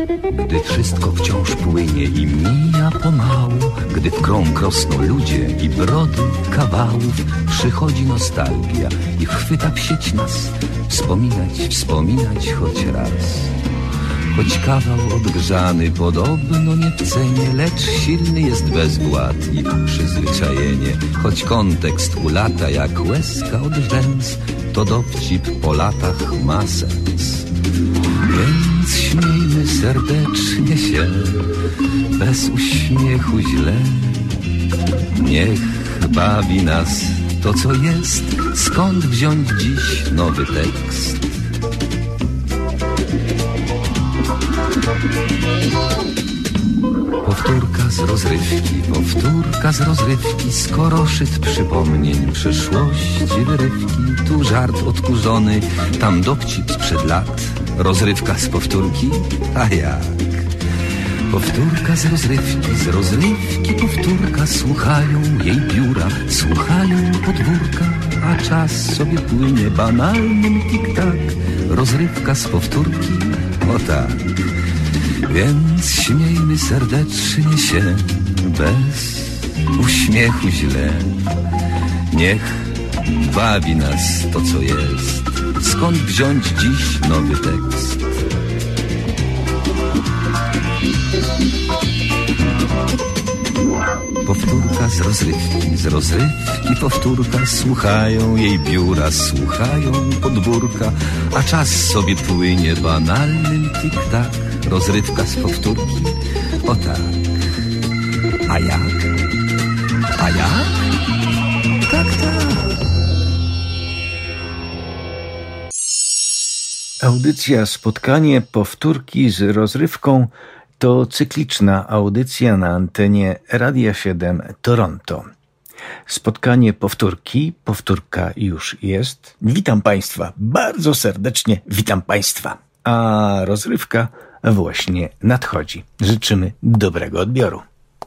Gdy wszystko wciąż płynie i mija pomału, gdy w krąg rosną ludzie i brody kawałów, przychodzi nostalgia i chwyta w sieć nas. Wspominać choć raz. Choć kawał odgrzany podobno nie w cenie, lecz silny jest bezwład i przyzwyczajenie. Choć kontekst ulata jak łezka od rzęs, to dowcip po latach ma sens. Więc śmiejmy serdecznie się, bez uśmiechu źle. Niech bawi nas to, co jest. Skąd wziąć dziś nowy tekst? Powtórka z rozrywki, skoro szyt przypomnień przyszłości wyrywki. Tu żart odkurzony, tam dowcip sprzed lat. Rozrywka z powtórki, a jak? Powtórka z rozrywki, powtórka. Słuchają jej biura, słuchają podwórka, a czas sobie płynie banalnym tik-tak. Rozrywka z powtórki, o tak. Więc śmiejmy serdecznie się, bez uśmiechu źle. Niech bawi nas to, co jest. Skąd wziąć dziś nowy tekst? Powtórka z rozrywki, powtórka. Słuchają jej biura, słuchają podwórka, a czas sobie płynie banalnym tik-tak. Rozrywka z powtórki, o tak. A jak? A jak? Tak, tak. Audycja Spotkanie powtórki z rozrywką to cykliczna audycja na antenie Radia 7 Toronto. Spotkanie powtórki, powtórka już jest. Witam Państwa, bardzo serdecznie witam Państwa. A rozrywka właśnie nadchodzi. Życzymy dobrego odbioru.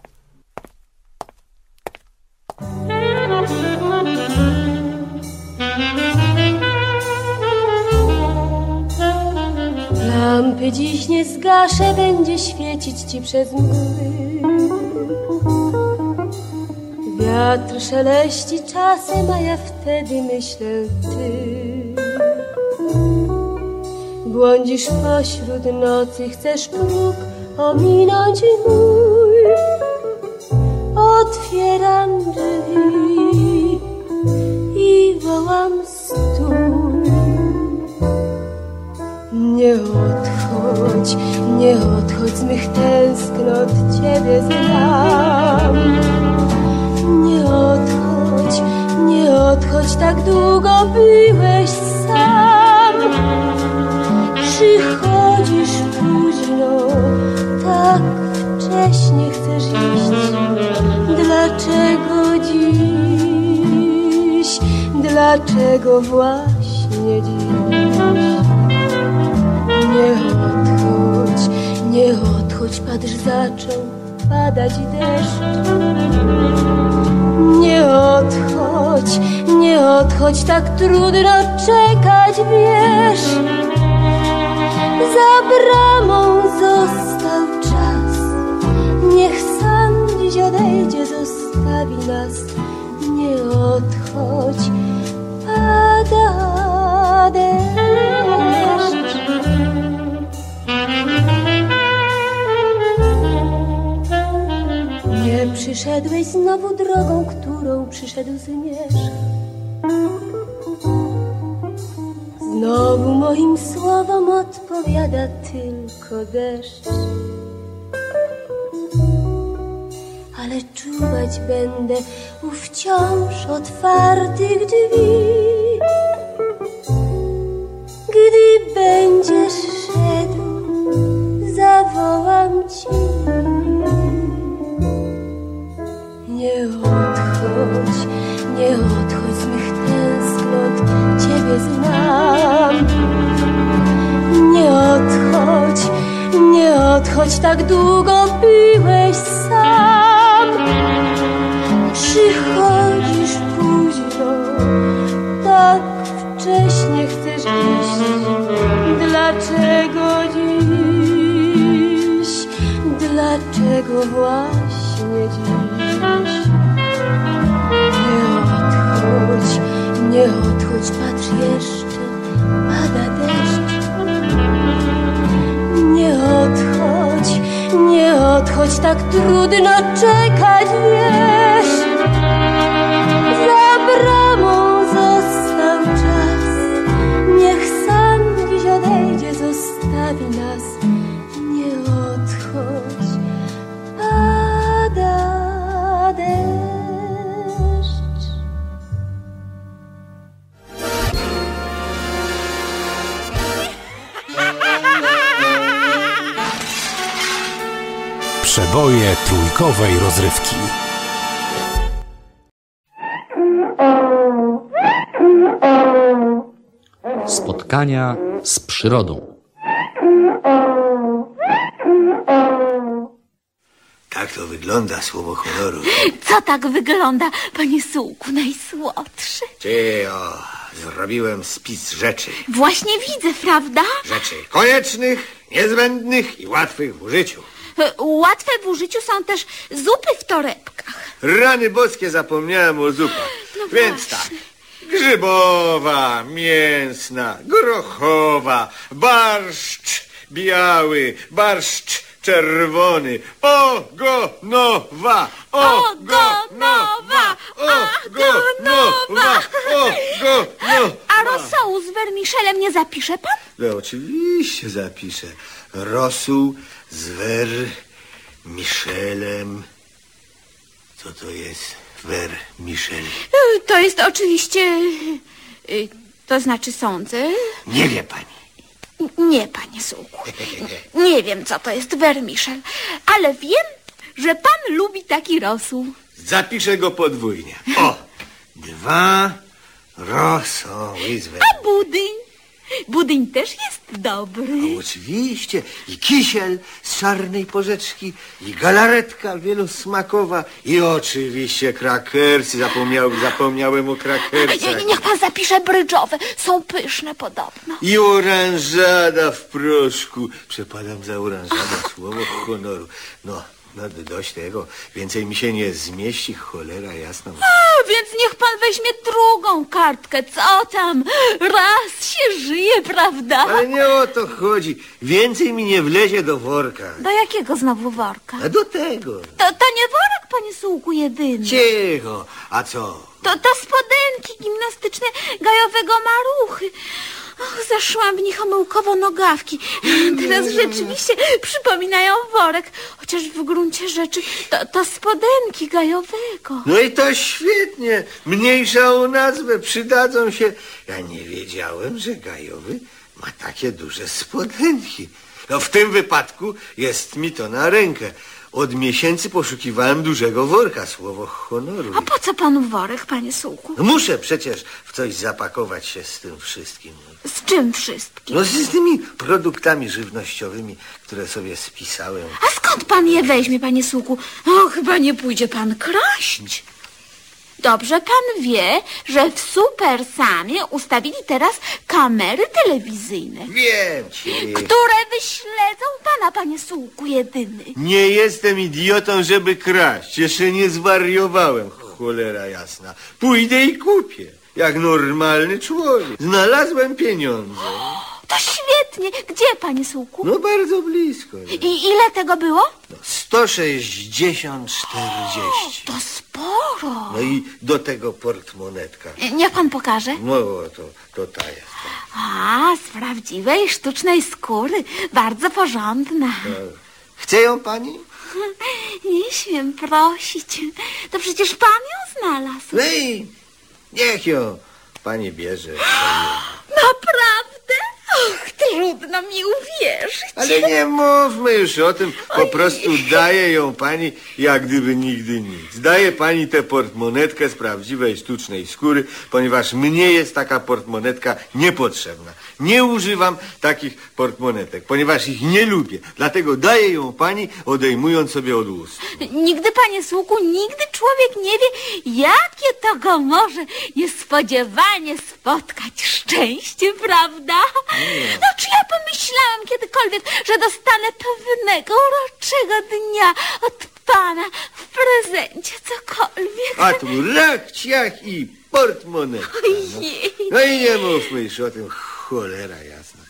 Lampy dziś nie zgaszę, będzie świecić ci przez mgły. Wiatr szeleści czasem, a ja wtedy myślę ty. Błądzisz pośród nocy, chcesz próg ominąć mój. Otwieram drzwi i wołam stój. Nie odchodź z mych tęsknot, ciebie znam. Nie odchodź, tak długo byłeś sam. Przychodzisz późno, tak wcześnie chcesz iść. Dlaczego dziś? Dlaczego właśnie dziś? Nie odchodź, patrz, zaczął padać deszcz. Nie odchodź, tak trudno czekać, wiesz. Za bramą został czas, niech sam dziś odejdzie, zostawi nas. Nie odchodź, pada deszcz. Nie przyszedłeś znowu drogą, którą przyszedł zmierzch. Znowu moim słowom odpowiada tylko deszcz. Ale czuwać będę u wciąż otwartych drzwi. Gdy będziesz szedł, zawołam ci. Nie odchodź z mych tęsknot, ciebie znam. Nie odchodź, tak długo byłeś sam. Przychodzisz późno, tak wcześnie chcesz iść. Dlaczego dziś? go właśnie dziś. Nie odchodź, patrz jeszcze, pada deszcz. Nie odchodź, tak trudno czekać, wiesz. Za bramą został czas, niech sam gdzieś odejdzie, zostawi nas. Nie odchodź, pada deszcz. Przeboje trójkowej rozrywki. Spotkania z przyrodą. Tak to wygląda, słowo honoru. Co tak wygląda, panie Sułku, najsłodszy? Zrobiłem spis rzeczy. Właśnie widzę, prawda? Rzeczy koniecznych, niezbędnych i łatwych w użyciu. Łatwe w użyciu są też zupy w torebkach. Rany boskie, zapomniałem o zupach. Więc tak. Grzybowa, mięsna, grochowa, barszcz biały, barszcz czerwony, ogonowa, ogonowa, ogonowa, ogonowa. A rosołu z wermiszelem nie zapisze pan? No oczywiście zapiszę. Rosół z wermiszelem. Co to jest wermiszel? To jest oczywiście... To znaczy sądzę... Nie wie pani. Nie, panie Sułku. Nie wiem, co to jest wermiszel, ale wiem, że pan lubi taki rosół. Zapiszę go podwójnie. 2 rosoły z wermiszelem. A budyń? Budyń też jest dobry. Oczywiście. I kisiel z czarnej porzeczki, i galaretka wielosmakowa, i oczywiście krakersy. Zapomniałem o krakersach. Niech pan zapisze brydżowe. Są pyszne podobno. I oranżada w proszku. Przepadam za oranżadę, słowo honoru. No, dość tego. Więcej mi się nie zmieści, cholera jasna. Więc niech pan weźmie drugą kartkę. Co tam? Raz się żyje, prawda? Ale nie o to chodzi. Więcej mi nie wlezie do worka. Do jakiego znowu worka? A do tego. To nie worek, panie Sułku, jedyny. Cicho. A co? To spodenki gimnastyczne gajowego Maruchy. Och, zaszłam w nich omyłkowo nogawki. Teraz rzeczywiście przypominają worek. Chociaż w gruncie rzeczy to spodenki gajowego. No i to świetnie. Mniejsza o nazwę. Przydadzą się. Ja nie wiedziałem, że gajowy ma takie duże spodenki. No w tym wypadku jest mi to na rękę. Od miesięcy poszukiwałem dużego worka, słowo honoru. A po co panu worek, panie Sułku? No muszę przecież w coś zapakować się z tym wszystkim. Z czym wszystkim? No z tymi produktami żywnościowymi, które sobie spisałem. A skąd pan je weźmie, panie Sułku? O, chyba nie pójdzie pan kraść. Dobrze pan wie, że w Supersamie ustawili teraz kamery telewizyjne. Wiem ci. Które wyśledzą pana, panie Sułku, jedyny. Nie jestem idiotą, żeby kraść. Jeszcze nie zwariowałem, cholera jasna. Pójdę i kupię, jak normalny człowiek. Znalazłem pieniądze. To świetnie. Gdzie, panie Sułku? No bardzo blisko. I ile tego było? 160,40. To sporo. No i do tego portmonetka. Niech pan pokaże. No to ta jest. A, z prawdziwej sztucznej skóry. Bardzo porządna. Chce ją pani? Nie śmiem prosić. To przecież pan ją znalazł. No i niech ją pani bierze. Naprawdę? Och, trudno mi uwierzyć. Ale nie mówmy już o tym. Po prostu daje ją pani jak gdyby nigdy nic. Daje pani tę portmonetkę z prawdziwej sztucznej skóry, ponieważ mnie jest taka portmonetka niepotrzebna. Nie używam takich portmonetek, ponieważ ich nie lubię. Dlatego daję ją pani, odejmując sobie od ust. Nigdy, panie Słuku, nigdy człowiek nie wie, jakie to go może niespodziewanie spotkać szczęście, prawda? No, czy ja ja pomyślałam kiedykolwiek, że dostanę pewnego uroczego dnia od pana w prezencie cokolwiek. A tu rak, ciach i portmonetka. Ojej. No i nie mówmy już o tym, cholera jasna.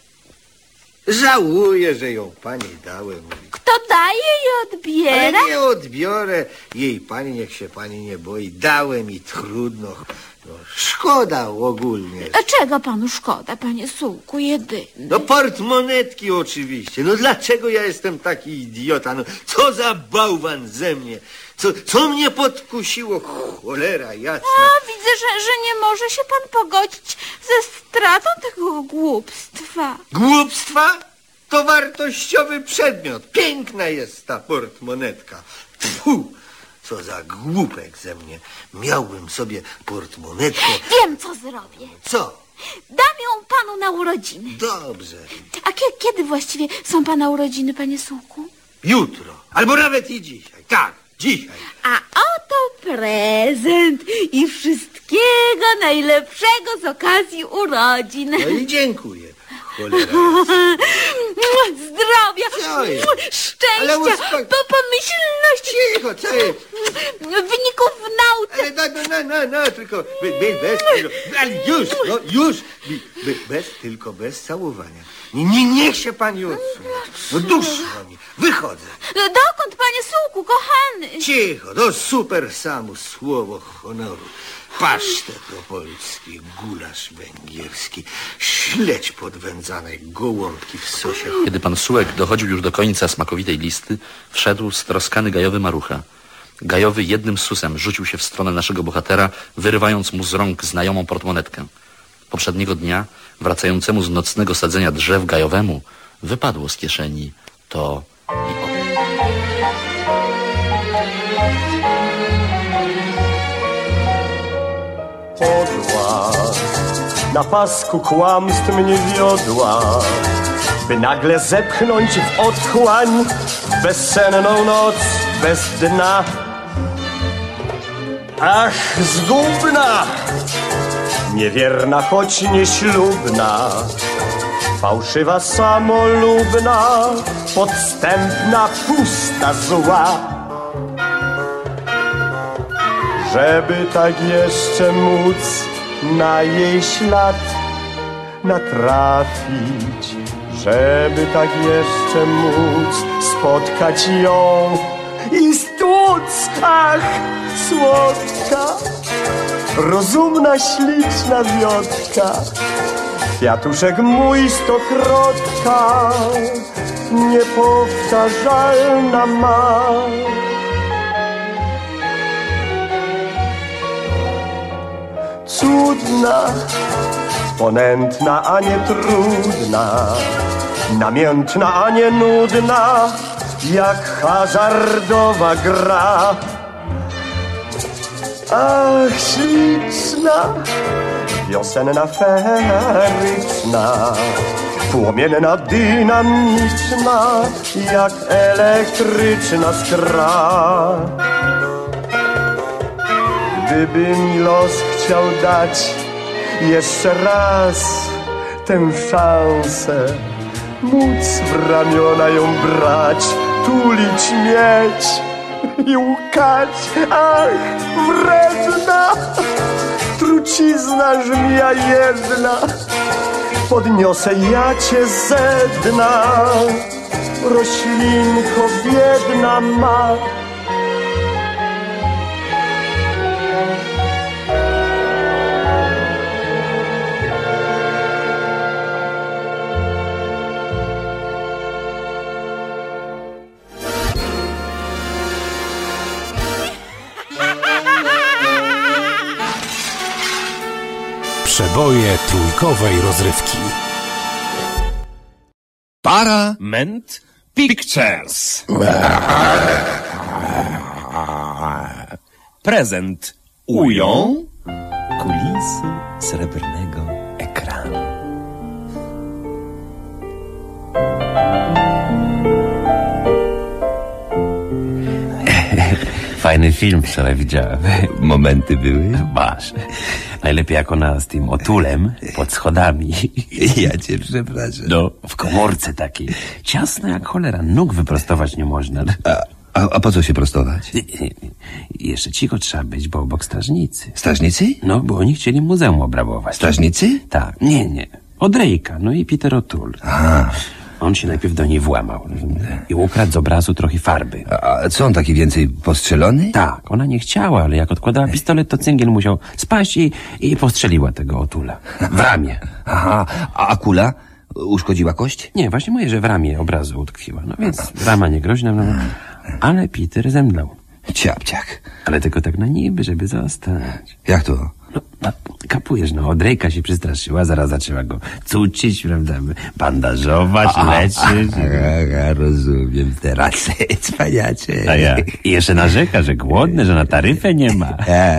Żałuję, że ją pani dałem. Kto daje i odbiera? Ale nie odbiorę jej pani, niech się pani nie boi. Dałem i trudno. No, szkoda ogólnie. A czego panu szkoda, panie Sułku, jedyny? No portmonetki oczywiście. No dlaczego ja jestem taki idiota? No co za bałwan ze mnie? Co mnie podkusiło? Cholera jasna. A, widzę, że nie może się pan pogodzić ze stratą tego głupstwa. Głupstwa? To wartościowy przedmiot. Piękna jest ta portmonetka. Tfu, co za głupek ze mnie. Miałbym sobie portmonetkę. Wiem, co zrobię. Co? Dam ją panu na urodziny. Dobrze. A kiedy właściwie są pana urodziny, panie Sułku? Jutro. Albo nawet i dzisiaj. Tak, dzisiaj. A oto prezent i wszystkiego najlepszego z okazji urodzin. No i dziękuję. Cholera. Zdrowia, Co jest? Ale szczęścia, pomyślności, Cicho, co jest? wyników w nauce. Ale no, tylko bez, ale już, bez całowania. Niech się pani odsunie. No duszno mi, wychodzę. Dokąd, panie Sułku, kochany? Cicho, no super samo słowo honoru. Pasztet opolski, gulasz węgierski, śledź podwędzanej, gołąbki w sosie. Kiedy pan Sułek dochodził już do końca smakowitej listy, wszedł stroskany Gajowy Marucha. Gajowy jednym susem rzucił się w stronę naszego bohatera, wyrywając mu z rąk znajomą portmonetkę. Poprzedniego dnia, wracającemu z nocnego sadzenia drzew Gajowemu, wypadło z kieszeni to i owo. Podła, na pasku kłamstw mnie wiodła, by nagle zepchnąć w otchłań bezsenną noc bez dna. Ach, zgubna, niewierna, choć nieślubna, fałszywa, samolubna, podstępna, pusta, zła. Żeby tak jeszcze móc na jej ślad natrafić, żeby tak jeszcze móc spotkać ją i stłuc, ach, słodka, rozumna, śliczna wiotka, kwiatuszek mój stokrotka, niepowtarzalna ma. Cudna, ponętna, a nie trudna, namiętna, a nie nudna, jak hazardowa gra. Ach, śliczna, wiosenna, feeryczna, płomienna, dynamiczna, jak elektryczna skra. Gdyby mi los chciał dać jeszcze raz tę szansę, móc w ramiona ją brać, tulić, mieć i łkać, ach, wredna trucizna żmija jedna, podniosę ja cię ze dna, roślinko biedna ma. Przeboje trójkowej rozrywki. Paramount Pictures. Prezent ują kulisy srebrnego ekranu. Fajny film wczoraj widziałem. Momenty były. Masz. Najlepiej jak ona z tym otulem pod schodami. Ja cię przepraszam. No, w komórce takiej. Ciasno jak cholera. Nóg wyprostować nie można. A po co się prostować? Jeszcze cicho trzeba być, bo obok strażnicy. Strażnicy? No, bo oni chcieli muzeum obrabować. Strażnicy? Tak. Nie. Odrejka, no i Peter O'Toole. Aha. On się najpierw do niej włamał i ukradł z obrazu trochę farby. A co, on taki więcej postrzelony? Tak, ona nie chciała, ale jak odkładała pistolet, to cyngiel musiał spaść i postrzeliła tego O'Toole'a. W ramię. Aha, a kula uszkodziła kość? Nie, właśnie mówię, że w ramię obrazu utkwiła. No więc rama niegroźna, no, ale Peter zemdlał. Ciapciak. Ale tylko tak na niby, żeby zostać. Jak to? No, kapujesz, no, Odrejka się przestraszyła, zaraz zaczęła go cucić, prawda, bandażować, leczyć. Rozumiem teraz, cwaniacze. A jak? I jeszcze narzeka, że głodny, że na taryfę nie ma.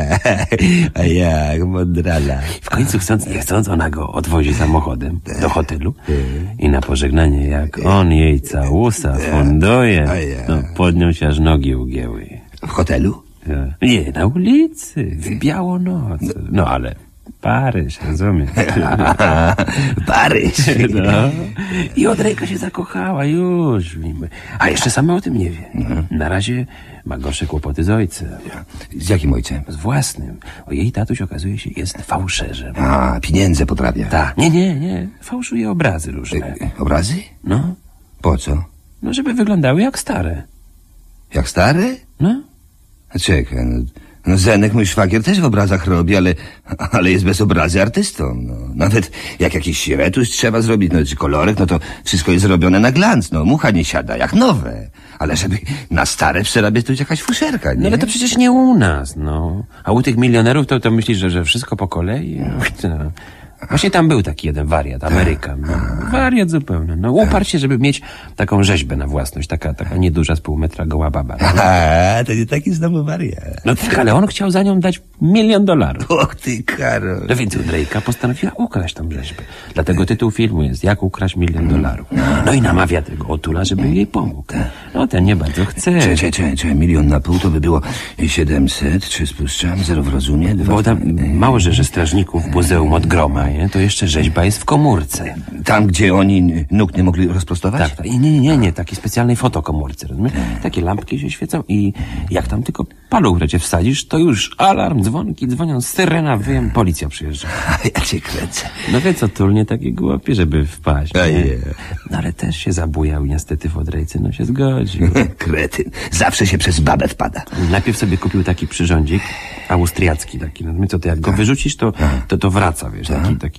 A jak, mądrala. W końcu chcąc, nie chcąc, ona go odwozi samochodem do hotelu i na pożegnanie, jak on jej całusa funduje, no, pod nią się aż nogi ugięły. W hotelu? Nie, na ulicy, w białą noc. No ale Paryż, rozumiesz? Paryż. No. I Odrejka się zakochała, już. A jeszcze sama o tym nie wie. Na razie ma gorsze kłopoty z ojcem. Z jakim ojcem? Z własnym. O, jej tatuś okazuje się jest fałszerzem. A, pieniądze potrafia. Tak. Nie. Fałszuje obrazy różne. Obrazy? No. Po co? No, żeby wyglądały jak stare. Jak stare? No. Czekaj, no Zenek, mój szwagier, też w obrazach robi, ale jest bez obrazy artystą. No. Nawet jak jakiś retusz trzeba zrobić, no czy kolorek, no to wszystko jest zrobione na glans, no mucha nie siada, jak nowe. Ale żeby na stare przerabiać, to jest jakaś fuszerka, nie? No ale to przecież nie u nas, no. A u tych milionerów to myślisz, że wszystko po kolei? No. Właśnie tam był taki jeden wariat, Amerykan. No. Wariat zupełny. No uparł się, żeby mieć taką rzeźbę na własność. Taka nieduża z pół metra goła baba. No. Aha, to nie taki znowu wariat. No tak, ale on chciał za nią dać $1 milion. Och ty, Karol. No więc Odrejka postanowiła ukraść tą rzeźbę. Dlatego tytuł filmu jest Jak ukraść $1 milion. No i namawia tego O'Toole'a, żeby jej pomógł. No ten nie bardzo chce. Czekaj, $1,5 miliona to by było 700, 3 spuszczam, 0 w rozumie, 2... Bo tam mało, że strażników w muzeum od groma, nie? To jeszcze rzeźba jest w komórce. Tam, gdzie oni nóg nie mogli rozprostować? Tak. Nie, takiej specjalnej fotokomórce, rozumiesz? Takie lampki się świecą i jak tam tylko paluch cię wsadzisz, to już alarm, dzwonki dzwonią, syrena, wyjem, policja przyjeżdża. Ja cię kręcę. No wie co, Toole nie taki głupi, żeby wpaść, nie? No ale też się zabujał i niestety w Odrejce, no się zgodził. Kretyn. Zawsze się przez babę wpada. Najpierw sobie kupił taki przyrządzik austriacki taki, no co to jak go wyrzucisz, to wraca, wiesz, taki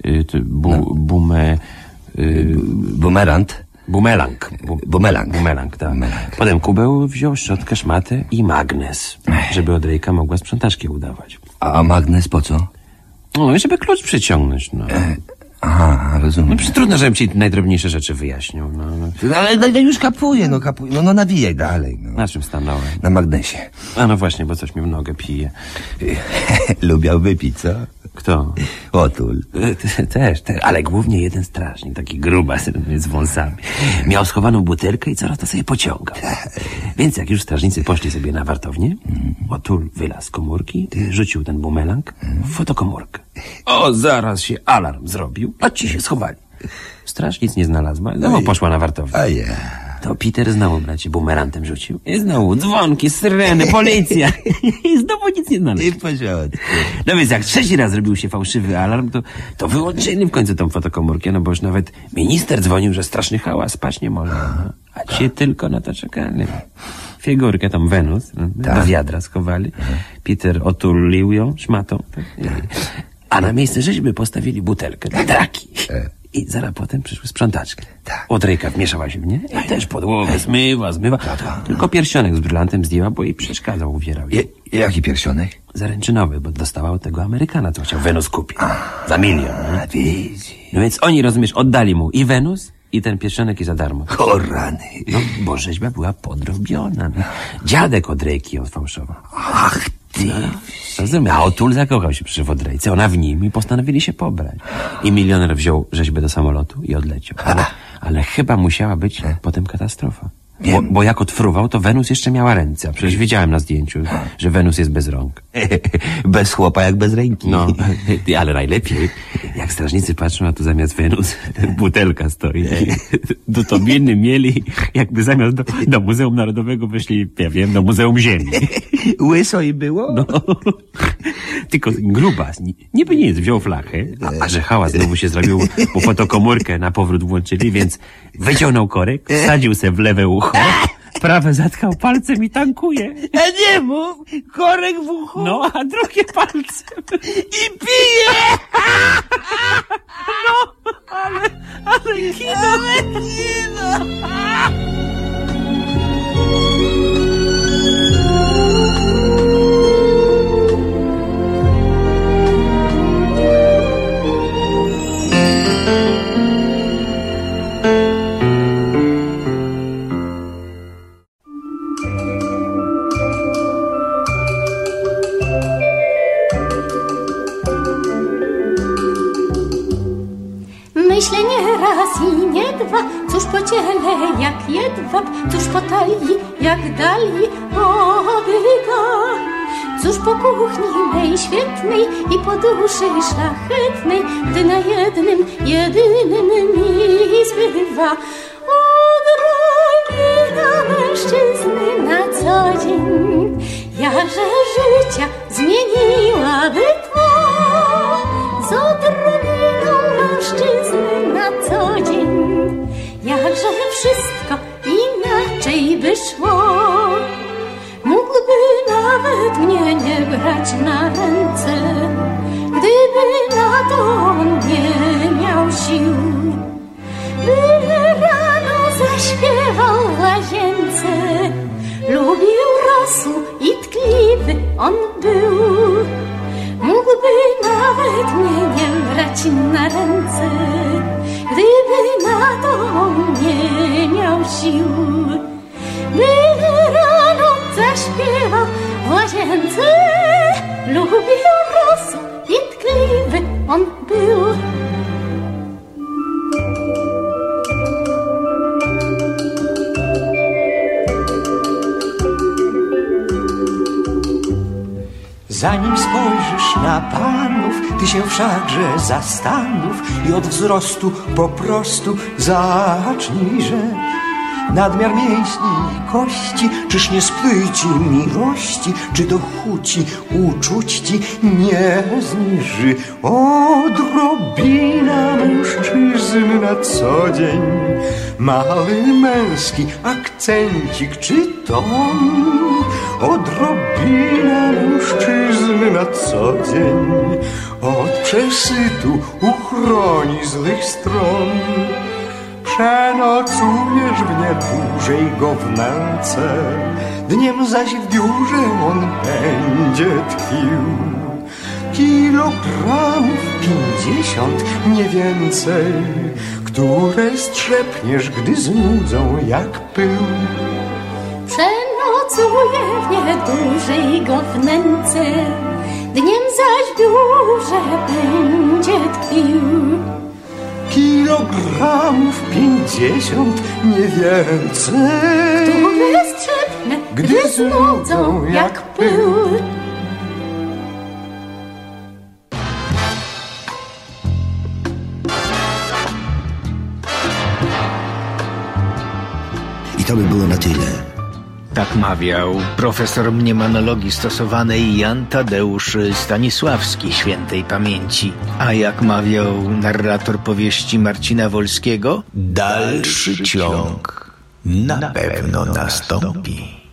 bumerang. Bumelang, tak. Potem kubeł wziął, szczotkę, szmatę i magnes, żeby Odrejka mogła sprzątaczkę udawać. A magnes po co? No, żeby klucz przyciągnąć, no. Aha, rozumiem. No przecież trudno, żebym ci najdrobniejsze rzeczy wyjaśnił, no. Ale już kapuję. No nawijaj dalej, no. Na czym stanąłem? Na magnesie. A no właśnie, bo coś mi w nogę pije. Lubiał wypić, co? Kto? O'Toole. Też, ale głównie jeden strażnik, taki grubas z wąsami. Miał schowaną butelkę i coraz to sobie pociągał. Więc jak już strażnicy poszli sobie na wartownię, O'Toole wylazł z komórki, rzucił ten bumelang w fotokomórkę. O, zaraz się alarm zrobił, a ci się schowali. Straż nic nie znalazła, znowu poszła na wartownię. To Peter znowu, bracie, bumerantem rzucił. I znowu dzwonki, syreny, policja. I znowu nic nie znalazł. I w porządku. No więc jak 3 razy zrobił się fałszywy alarm, to wyłączyli w końcu tą fotokomórkę, no bo już nawet minister dzwonił, że straszny hałas, spać nie można. A ci tylko na to czekali. Figurkę tam Wenus, do wiadra schowali. Peter otulił ją szmatą. A na miejsce rzeźby postawili butelkę dla draki. I zaraz potem przyszły sprzątaczki. Odrejka wmieszała się w nie i też podłogę zmywa. Tylko pierścionek z brylantem zdjęła, bo jej przeszkadzał, uwierał. Jaki pierścionek? Zaręczynowy, bo dostała od tego Amerykana, co chciał Wenus kupić. Za $1 milion. No więc oni, rozumiesz, oddali mu i Wenus, i ten pierścionek i za darmo. O rany. No, bo rzeźba była podrobiona. No. Dziadek Odrejki ją sfałszował. Ach ty. Rozumiem. A O'Toole zakochał się przy Odrejce, ona w nim i postanowili się pobrać. I milioner wziął rzeźbę do samolotu i odleciał. Ale chyba musiała być potem katastrofa. Bo jak odfruwał, to Wenus jeszcze miała ręce. A przecież widziałem na zdjęciu, że Wenus jest bez rąk. Bez chłopa jak bez ręki. No, ale najlepiej, jak strażnicy patrzą, a tu zamiast Wenus butelka stoi. To miny mieli, jakby zamiast do Muzeum Narodowego weszli, ja wiem, do Muzeum Ziemi. Łyso i było? No. Tylko grubas, niby nic, wziął flachę, a że hałas znowu się zrobił, bo fotokomórkę na powrót włączyli, więc wyciągnął korek, wsadził se w lewe ucho, prawe zatkał palcem i tankuje. Ja nie mów, korek w uchu. No, a drugie palcem. I pije! No, ale kino. Myślę nie raz i nie dwa, cóż po ciele jak jedwab, cóż po talii jak dali obyga. Cóż po kuchni mej świetnej i po duszy szlachetnej, gdy na jednym, jedynym mi zbywa. O drogi na mężczyzny na co dzień, jakże życia zmieniłaby to. Z odrobiną mężczyzny na co dzień, jakże wszystko inaczej by szło. Mógłby nawet mnie nie brać na ręce, gdyby na to on nie miał sił. By rano zaśpiewał w łazience, lubił rosół i tkliwy on był. Mógłby nawet mnie nie brać na ręce, gdyby na to on nie miał sił. By rano zaśpiewał w łazience, lubił rosół i tkliwy on był. Zanim spojrzysz na panów, ty się wszakże zastanów i od wzrostu po prostu zacznij rzec. Nadmiar mięśni i kości, czyż nie spłyci miłości, czy do chuci uczuć ci nie zniży? Odrobina mężczyzn na co dzień, mały męski akcencik czy ton. Odrobina mężczyzn na co dzień od przesytu uchroni złych stron. Przenocujesz w niedużej go wnęce, dniem zaś w biurze on będzie tkwił. Kilogramów 50, nie więcej, które strzepniesz, gdy znudzą jak pył. Przenocuje w niedużej go wnęce, dniem zaś w biurze będzie tkwił. Kilogramów 50, nie więcej, które strzepnę, gdy znudzą jak pył. I to by było na tyle. Tak mawiał profesor mniemonologii stosowanej Jan Tadeusz Stanisławski świętej pamięci. A jak mawiał narrator powieści Marcina Wolskiego, Dalszy ciąg na pewno nastąpi.